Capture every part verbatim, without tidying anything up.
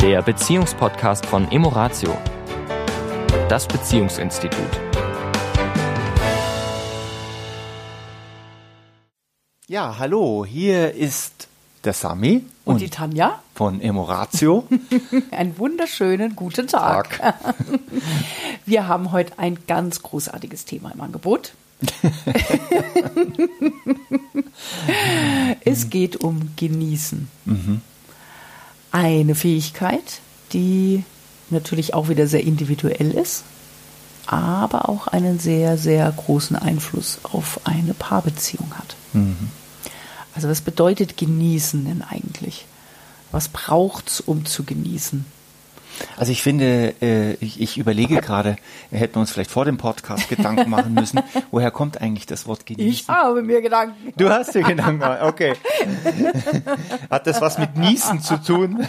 der Beziehungspodcast von Emoratio, das Beziehungsinstitut. Ja, hallo, hier ist der Sami und, und die Tanja von Emoratio. Einen wunderschönen guten Tag. Tag. Wir haben heute ein ganz großartiges Thema im Angebot. Es geht um Genießen. Mhm. Eine Fähigkeit, die natürlich auch wieder sehr individuell ist, aber auch einen sehr, sehr großen Einfluss auf eine Paarbeziehung hat. Mhm. Also was bedeutet Genießen denn eigentlich? Was braucht's, um zu genießen? Also ich finde, äh, ich, ich überlege gerade, hätten wir uns vielleicht vor dem Podcast Gedanken machen müssen, woher kommt eigentlich das Wort genießen? Ich habe mir Gedanken. Du hast dir Gedanken gemacht, okay. Hat das was mit Niesen zu tun?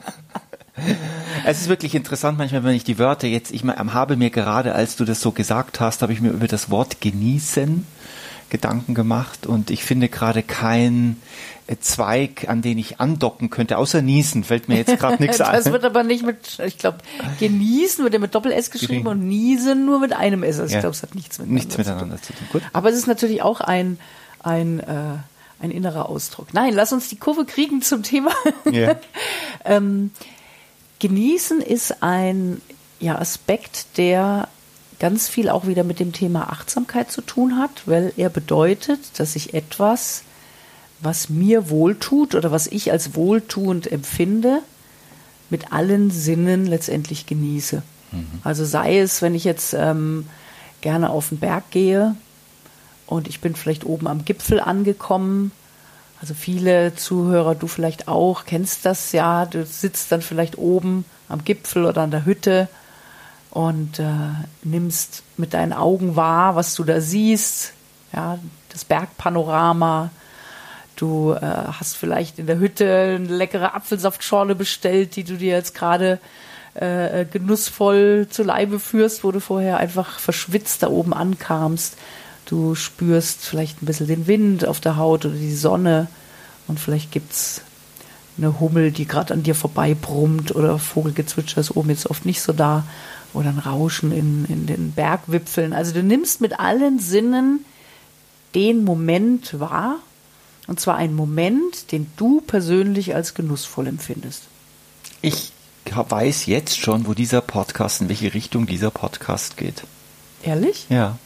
Es ist wirklich interessant manchmal, wenn ich die Wörter jetzt, ich habe mir gerade, als du das so gesagt hast, habe ich mir über das Wort genießen Gedanken gemacht und ich finde gerade kein Zweig, an den ich andocken könnte, außer Niesen, fällt mir jetzt gerade nichts ein. Das wird aber nicht mit, ich glaube, genießen wird ja mit Doppel-S geschrieben und Niesen nur mit einem S. Also ja. Ich glaube, es hat nichts miteinander, nichts miteinander zu tun. Gut. Aber es ist natürlich auch ein, ein, äh, ein innerer Ausdruck. Nein, lass uns die Kurve kriegen zum Thema. Ja. ähm, genießen ist ein ja, Aspekt, der ganz viel auch wieder mit dem Thema Achtsamkeit zu tun hat, weil er bedeutet, dass ich etwas, was mir wohltut oder was ich als wohltuend empfinde, mit allen Sinnen letztendlich genieße. Mhm. Also sei es, wenn ich jetzt ähm, gerne auf den Berg gehe und ich bin vielleicht oben am Gipfel angekommen, also viele Zuhörer, du vielleicht auch, kennst das ja, du sitzt dann vielleicht oben am Gipfel oder an der Hütte und äh, nimmst mit deinen Augen wahr, was du da siehst, ja, das Bergpanorama. Du äh, hast vielleicht in der Hütte eine leckere Apfelsaftschorle bestellt, die du dir jetzt gerade äh, genussvoll zu Leibe führst, wo du vorher einfach verschwitzt da oben ankamst. Du spürst vielleicht ein bisschen den Wind auf der Haut oder die Sonne und vielleicht gibt's eine Hummel, die gerade an dir vorbei brummt oder Vogelgezwitscher ist oben jetzt oft nicht so da oder ein Rauschen in, in den Bergwipfeln. Also du nimmst mit allen Sinnen den Moment wahr, und zwar einen Moment, den du persönlich als genussvoll empfindest. Ich weiß jetzt schon, wo dieser Podcast, in welche Richtung dieser Podcast geht. Ehrlich? Ja.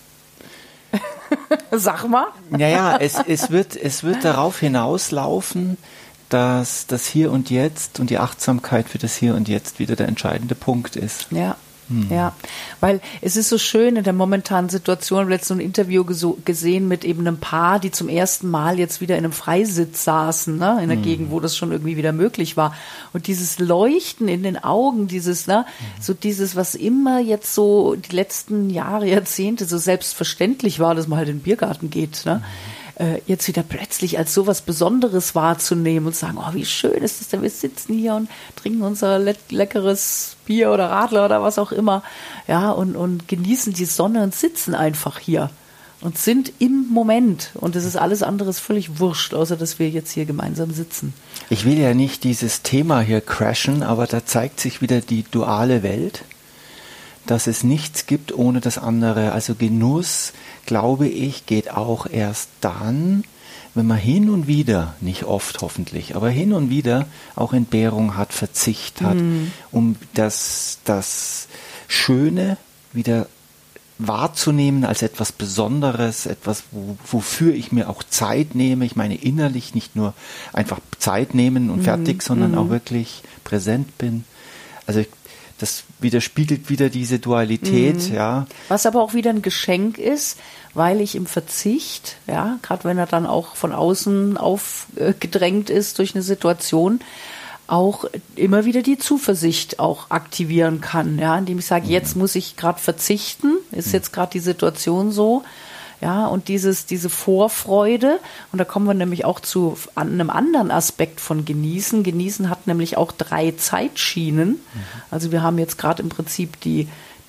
Sag mal. Naja, es, es, wird, es wird darauf hinauslaufen, dass das Hier und Jetzt und die Achtsamkeit für das Hier und Jetzt wieder der entscheidende Punkt ist. Ja. Ja, weil es ist so schön in der momentanen Situation, ich habe letztens ein Interview geso- gesehen mit eben einem Paar, die zum ersten Mal jetzt wieder in einem Freisitz saßen, ne, in der mhm. Gegend, wo das schon irgendwie wieder möglich war. Und dieses Leuchten in den Augen, dieses, ne, mhm. so dieses, was immer jetzt so die letzten Jahre, Jahrzehnte so selbstverständlich war, dass man halt in den Biergarten geht, ne. Mhm. Jetzt wieder plötzlich als so was Besonderes wahrzunehmen und sagen, oh, wie schön ist das denn, wir sitzen hier und trinken unser le- leckeres Bier oder Radler oder was auch immer, ja, und, und genießen die Sonne und sitzen einfach hier und sind im Moment und es ist alles andere völlig wurscht, außer dass wir jetzt hier gemeinsam sitzen. Ich will ja nicht dieses Thema hier crashen, aber da zeigt sich wieder die duale Welt, dass es nichts gibt ohne das andere. Also Genuss, glaube ich, geht auch erst dann, wenn man hin und wieder, nicht oft hoffentlich, aber hin und wieder auch Entbehrung hat, Verzicht hat, mm. um das, das Schöne wieder wahrzunehmen als etwas Besonderes, etwas, wo, wofür ich mir auch Zeit nehme. Ich meine innerlich nicht nur einfach Zeit nehmen und mm. fertig, sondern mm. auch wirklich präsent bin. Also ich Das widerspiegelt wieder diese Dualität, mhm. ja. Was aber auch wieder ein Geschenk ist, weil ich im Verzicht, ja, gerade wenn er dann auch von außen aufgedrängt ist durch eine Situation, auch immer wieder die Zuversicht auch aktivieren kann, ja, indem ich sage, mhm. jetzt muss ich gerade verzichten, ist mhm. jetzt gerade die Situation so. Ja, und dieses, diese Vorfreude, und da kommen wir nämlich auch zu einem anderen Aspekt von Genießen. Genießen hat nämlich auch drei Zeitschienen. Mhm. Also wir haben jetzt gerade im Prinzip die,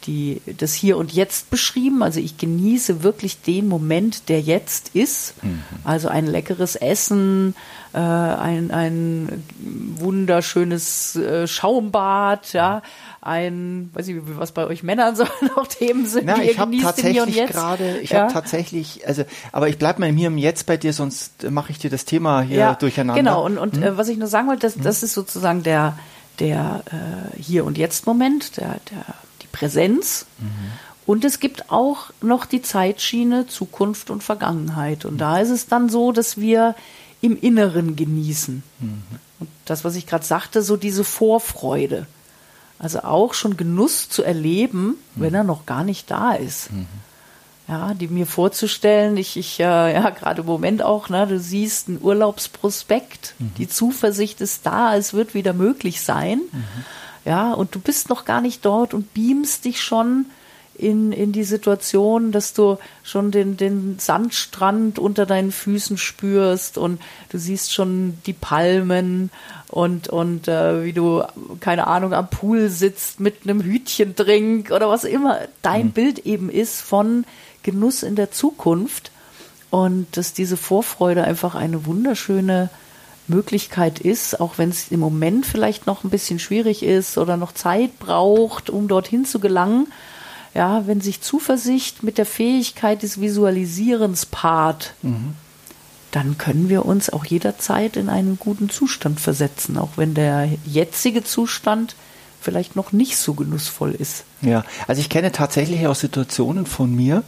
die, das Hier und Jetzt beschrieben. Also ich genieße wirklich den Moment, der jetzt ist. Mhm. Also ein leckeres Essen, äh, ein, ein wunderschönes äh, Schaumbad, ja, ein, weiß ich, was bei euch Männern so noch Themen sind. Na, die ich habe tatsächlich gerade, ich ja. habe tatsächlich, also, aber ich bleib mal im Hier und Jetzt bei dir, sonst mache ich dir das Thema hier ja, durcheinander. Genau, und, und hm? äh, was ich nur sagen wollte, das, hm? das ist sozusagen der, der äh, Hier- und Jetzt-Moment, der, der, die Präsenz. Mhm. Und es gibt auch noch die Zeitschiene Zukunft und Vergangenheit. Und mhm. da ist es dann so, dass wir im Inneren genießen. Mhm. Und das, was ich gerade sagte, so diese Vorfreude. Also auch schon Genuss zu erleben, mhm. wenn er noch gar nicht da ist. Mhm. Ja, die mir vorzustellen, ich, ich äh, ja, gerade im Moment auch, ne, du siehst einen Urlaubsprospekt, mhm. die Zuversicht ist da, es wird wieder möglich sein. Mhm. Ja, und du bist noch gar nicht dort und beamst dich schon in, in die Situation, dass du schon den, den Sandstrand unter deinen Füßen spürst und du siehst schon die Palmen und, und äh, wie du, keine Ahnung, am Pool sitzt mit einem Hütchendrink oder was immer dein mhm. Bild eben ist von Genuss in der Zukunft und dass diese Vorfreude einfach eine wunderschöne Möglichkeit ist, auch wenn es im Moment vielleicht noch ein bisschen schwierig ist oder noch Zeit braucht, um dorthin zu gelangen. Ja, wenn sich Zuversicht mit der Fähigkeit des Visualisierens paart, mhm. dann können wir uns auch jederzeit in einen guten Zustand versetzen, auch wenn der jetzige Zustand vielleicht noch nicht so genussvoll ist. Ja, also ich kenne tatsächlich auch Situationen von mir,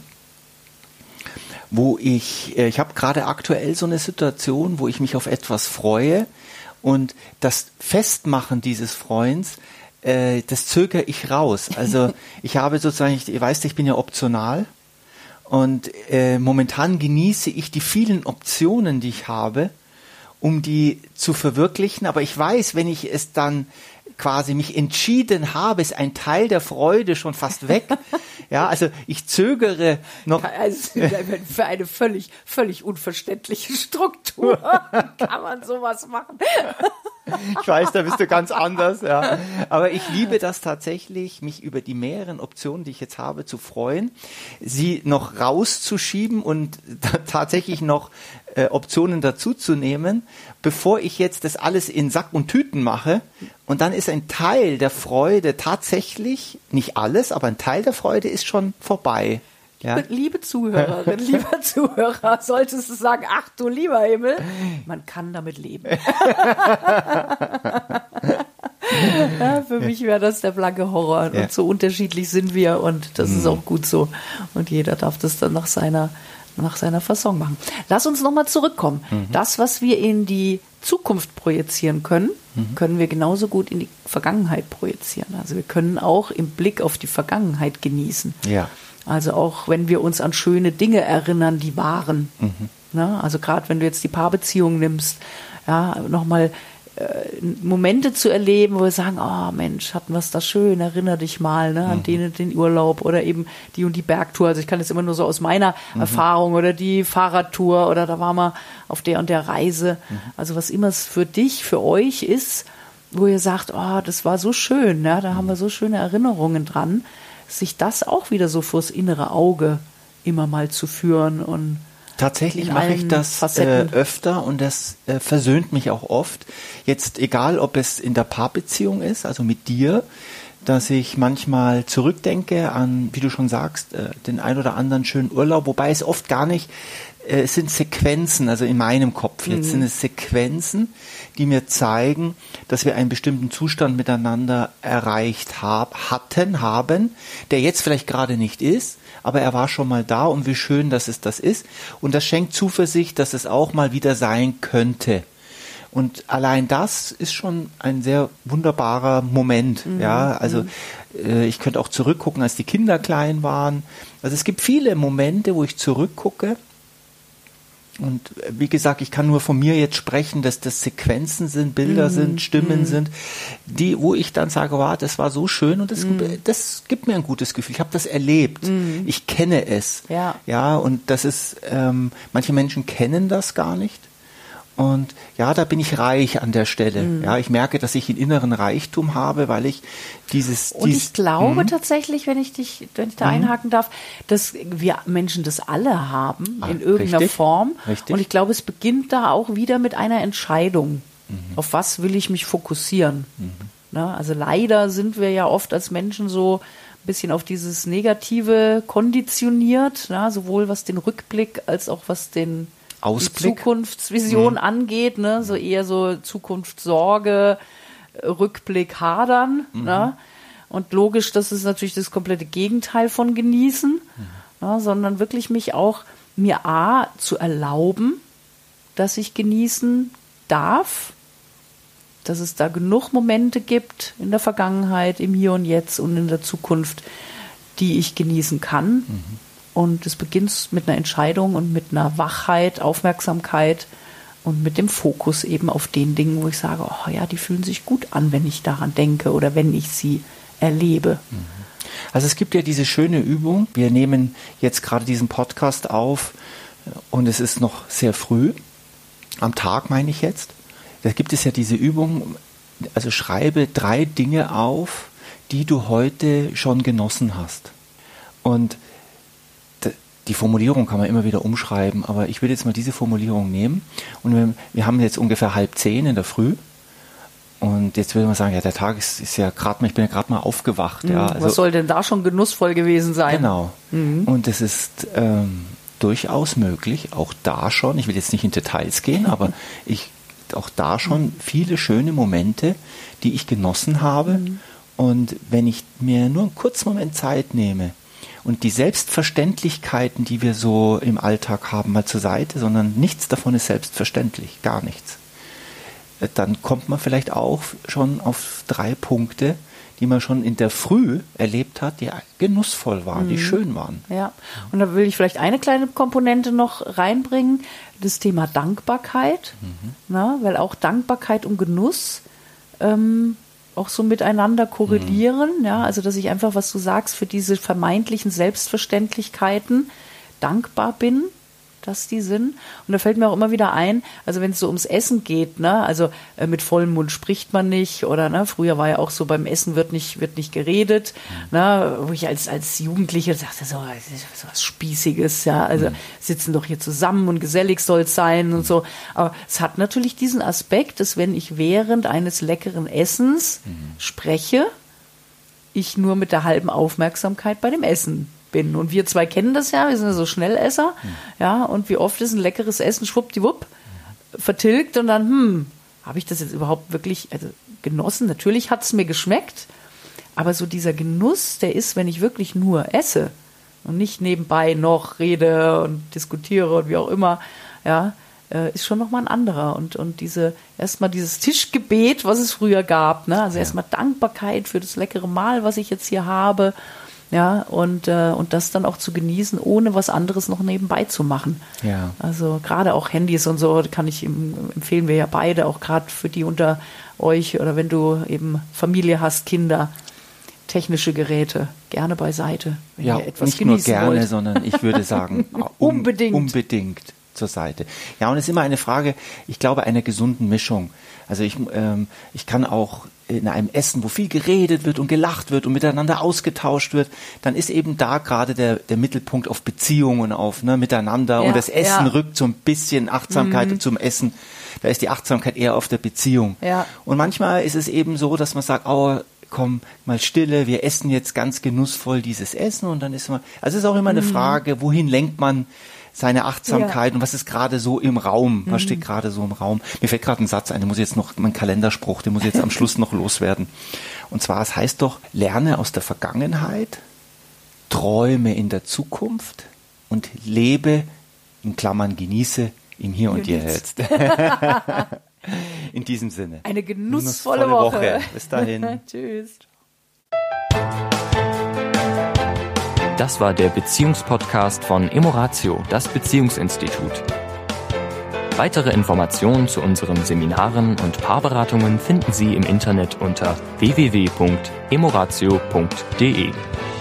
wo ich, ich habe gerade aktuell so eine Situation, wo ich mich auf etwas freue und das Festmachen dieses Freuens, äh, das zögere ich raus. Also ich habe sozusagen, ich, ihr weißt, ich bin ja optional und äh, momentan genieße ich die vielen Optionen, die ich habe, um die zu verwirklichen, aber ich weiß, wenn ich es dann quasi mich entschieden habe, ist ein Teil der Freude schon fast weg. Ja, also ich zögere noch. Also für eine völlig, völlig unverständliche Struktur kann man sowas machen. Ich weiß, da bist du ganz anders, ja. Aber ich liebe das tatsächlich, mich über die mehreren Optionen, die ich jetzt habe, zu freuen, sie noch rauszuschieben und tatsächlich noch äh, Optionen dazuzunehmen, bevor ich jetzt das alles in Sack und Tüten mache. Und dann ist ein Teil der Freude tatsächlich, nicht alles, aber ein Teil der Freude ist schon vorbei. Ja. Liebe Zuhörerin, lieber Zuhörer, solltest du sagen, ach du lieber Himmel, man kann damit leben. Ja, für mich wäre das der blanke Horror. Ja. Und so unterschiedlich sind wir und das mhm. ist auch gut so. Und jeder darf das dann nach seiner, nach seiner Fasson machen. Lass uns nochmal zurückkommen. Mhm. Das, was wir in die Zukunft projizieren können, mhm. können wir genauso gut in die Vergangenheit projizieren. Also wir können auch im Blick auf die Vergangenheit genießen. Ja. Also auch wenn wir uns an schöne Dinge erinnern, die waren. Mhm. Ne? Also gerade wenn du jetzt die Paarbeziehung nimmst, ja, nochmal äh, Momente zu erleben, wo wir sagen, oh Mensch, hatten wir es da schön, erinnere dich mal ne, an mhm. den und den Urlaub oder eben die und die Bergtour. Also ich kann jetzt immer nur so aus meiner mhm. Erfahrung oder die Fahrradtour oder da waren wir auf der und der Reise. Mhm. Also was immer es für dich, für euch ist, wo ihr sagt, oh, das war so schön, ja, da mhm. haben wir so schöne Erinnerungen dran, sich das auch wieder so fürs innere Auge immer mal zu führen und tatsächlich mache ich das äh, öfter und das äh, versöhnt mich auch oft. Jetzt egal, ob es in der Paarbeziehung ist, also mit dir, dass ich manchmal zurückdenke an, wie du schon sagst, äh, den ein oder anderen schönen Urlaub, wobei es oft gar nicht, äh, es sind Sequenzen, also in meinem Kopf jetzt mhm. sind es Sequenzen, die mir zeigen, dass wir einen bestimmten Zustand miteinander erreicht hab, hatten, haben, der jetzt vielleicht gerade nicht ist, aber er war schon mal da und wie schön, dass es das ist. Und das schenkt Zuversicht, dass es auch mal wieder sein könnte. Und allein das ist schon ein sehr wunderbarer Moment. Mhm. Ja, also äh, ich könnte auch zurückgucken, als die Kinder klein waren. Also es gibt viele Momente, wo ich zurückgucke. Und wie gesagt, ich kann nur von mir jetzt sprechen, dass das Sequenzen sind, Bilder mm, sind, Stimmen mm. sind, die, wo ich dann sage, wow, das war so schön und das, mm. das gibt mir ein gutes Gefühl. Ich habe das erlebt. Mm. Ich kenne es. Ja. Ja, und das ist, ähm, manche Menschen kennen das gar nicht. Und ja, da bin ich reich an der Stelle. Mhm. Ja, ich merke, dass ich einen inneren Reichtum habe, weil ich dieses... Und dies, ich glaube mh. tatsächlich, wenn ich dich, wenn ich da mhm. einhaken darf, dass wir Menschen das alle haben, ah, in irgendeiner richtig, Form. Richtig. Und ich glaube, es beginnt da auch wieder mit einer Entscheidung. Mhm. Auf was will ich mich fokussieren? Mhm. Na, also leider sind wir ja oft als Menschen so ein bisschen auf dieses Negative konditioniert, na, sowohl was den Rückblick als auch was den Ausblick. Die Zukunftsvision mhm. angeht, ne? So eher so Zukunftssorge, Rückblick hadern. Mhm. Ne? Und logisch, das ist natürlich das komplette Gegenteil von genießen, mhm. ne? Sondern wirklich mich auch mir A, zu erlauben, dass ich genießen darf, dass es da genug Momente gibt in der Vergangenheit, im Hier und Jetzt und in der Zukunft, die ich genießen kann. Mhm. Und es beginnt mit einer Entscheidung und mit einer Wachheit, Aufmerksamkeit und mit dem Fokus eben auf den Dingen, wo ich sage, oh ja, die fühlen sich gut an, wenn ich daran denke oder wenn ich sie erlebe. Also es gibt ja diese schöne Übung. Wir nehmen jetzt gerade diesen Podcast auf und es ist noch sehr früh, am Tag meine ich jetzt. Da gibt es ja diese Übung, also schreibe drei Dinge auf, die du heute schon genossen hast. Und die Formulierung kann man immer wieder umschreiben, aber ich will jetzt mal diese Formulierung nehmen. Und wir, wir haben jetzt ungefähr halb zehn in der Früh. Und jetzt würde man sagen, ja, der Tag ist, ist ja gerade mal, ich bin ja gerade mal aufgewacht. Mhm, ja, also, was soll denn da schon genussvoll gewesen sein? Genau. Mhm. Und es ist ähm, durchaus möglich, auch da schon, ich will jetzt nicht in Details gehen, aber ich auch da schon viele schöne Momente, die ich genossen habe. Mhm. Und wenn ich mir nur einen kurzen Moment Zeit nehme, und die Selbstverständlichkeiten, die wir so im Alltag haben, mal zur Seite, sondern nichts davon ist selbstverständlich, gar nichts. Dann kommt man vielleicht auch schon auf drei Punkte, die man schon in der Früh erlebt hat, die genussvoll waren, mhm. die schön waren. Ja, und da will ich vielleicht eine kleine Komponente noch reinbringen, das Thema Dankbarkeit, mhm. na, weil auch Dankbarkeit und Genuss ähm, auch so miteinander korrelieren, mhm. ja, also dass ich einfach, was du sagst, für diese vermeintlichen Selbstverständlichkeiten dankbar bin, dass die sind. Und da fällt mir auch immer wieder ein, also wenn es so ums Essen geht, ne, also äh, mit vollem Mund spricht man nicht oder ne, früher war ja auch so, beim Essen wird nicht wird nicht geredet, mhm. ne, wo ich als als Jugendliche dachte, so, so was Spießiges, ja, also mhm. sitzen doch hier zusammen und gesellig soll es sein und so. Aber es hat natürlich diesen Aspekt, dass wenn ich während eines leckeren Essens mhm. spreche, ich nur mit der halben Aufmerksamkeit bei dem Essen bin. Und wir zwei kennen das ja, wir sind ja so Schnellesser, mhm. ja, und wie oft ist ein leckeres Essen schwuppdiwupp mhm. vertilgt und dann, hm, habe ich das jetzt überhaupt wirklich also genossen? Natürlich hat es mir geschmeckt, aber so dieser Genuss, der ist, wenn ich wirklich nur esse und nicht nebenbei noch rede und diskutiere und wie auch immer, ja, äh, ist schon nochmal ein anderer. Und, und diese, erstmal dieses Tischgebet, was es früher gab, ne, also ja. erstmal Dankbarkeit für das leckere Mahl, was ich jetzt hier habe, ja, und, äh, und das dann auch zu genießen, ohne was anderes noch nebenbei zu machen. Ja. Also gerade auch Handys und so, kann ich empfehlen wir ja beide, auch gerade für die unter euch oder wenn du eben Familie hast, Kinder, technische Geräte, gerne beiseite, wenn ja, ihr etwas nicht genießen nur gerne, wollt. sondern ich würde sagen, um, unbedingt. unbedingt zur Seite. Ja, und es ist immer eine Frage, ich glaube, einer gesunden Mischung. Also ich, ähm, ich kann auch in einem Essen, wo viel geredet wird und gelacht wird und miteinander ausgetauscht wird, dann ist eben da gerade der, der Mittelpunkt auf Beziehungen, auf ne, miteinander ja, und das Essen ja. rückt so ein bisschen Achtsamkeit mhm. zum Essen. Da ist die Achtsamkeit eher auf der Beziehung. Ja. Und manchmal ist es eben so, dass man sagt, oh, komm, mal Stille, wir essen jetzt ganz genussvoll dieses Essen und dann ist man, also es ist auch immer eine mhm. Frage, wohin lenkt man seine Achtsamkeit ja. und was ist gerade so im Raum, was mhm. steht gerade so im Raum. Mir fällt gerade ein Satz ein, den muss ich jetzt noch, mein Kalenderspruch, den muss ich jetzt am Schluss noch loswerden. Und zwar, es heißt doch, lerne aus der Vergangenheit, träume in der Zukunft und lebe, in Klammern genieße, im Hier und Jetzt. In diesem Sinne. Eine genussvolle, genussvolle Woche. Woche. Bis dahin. Tschüss. Das war der Beziehungspodcast von Emoratio, das Beziehungsinstitut. Weitere Informationen zu unseren Seminaren und Paarberatungen finden Sie im Internet unter w w w punkt emoratio punkt d e.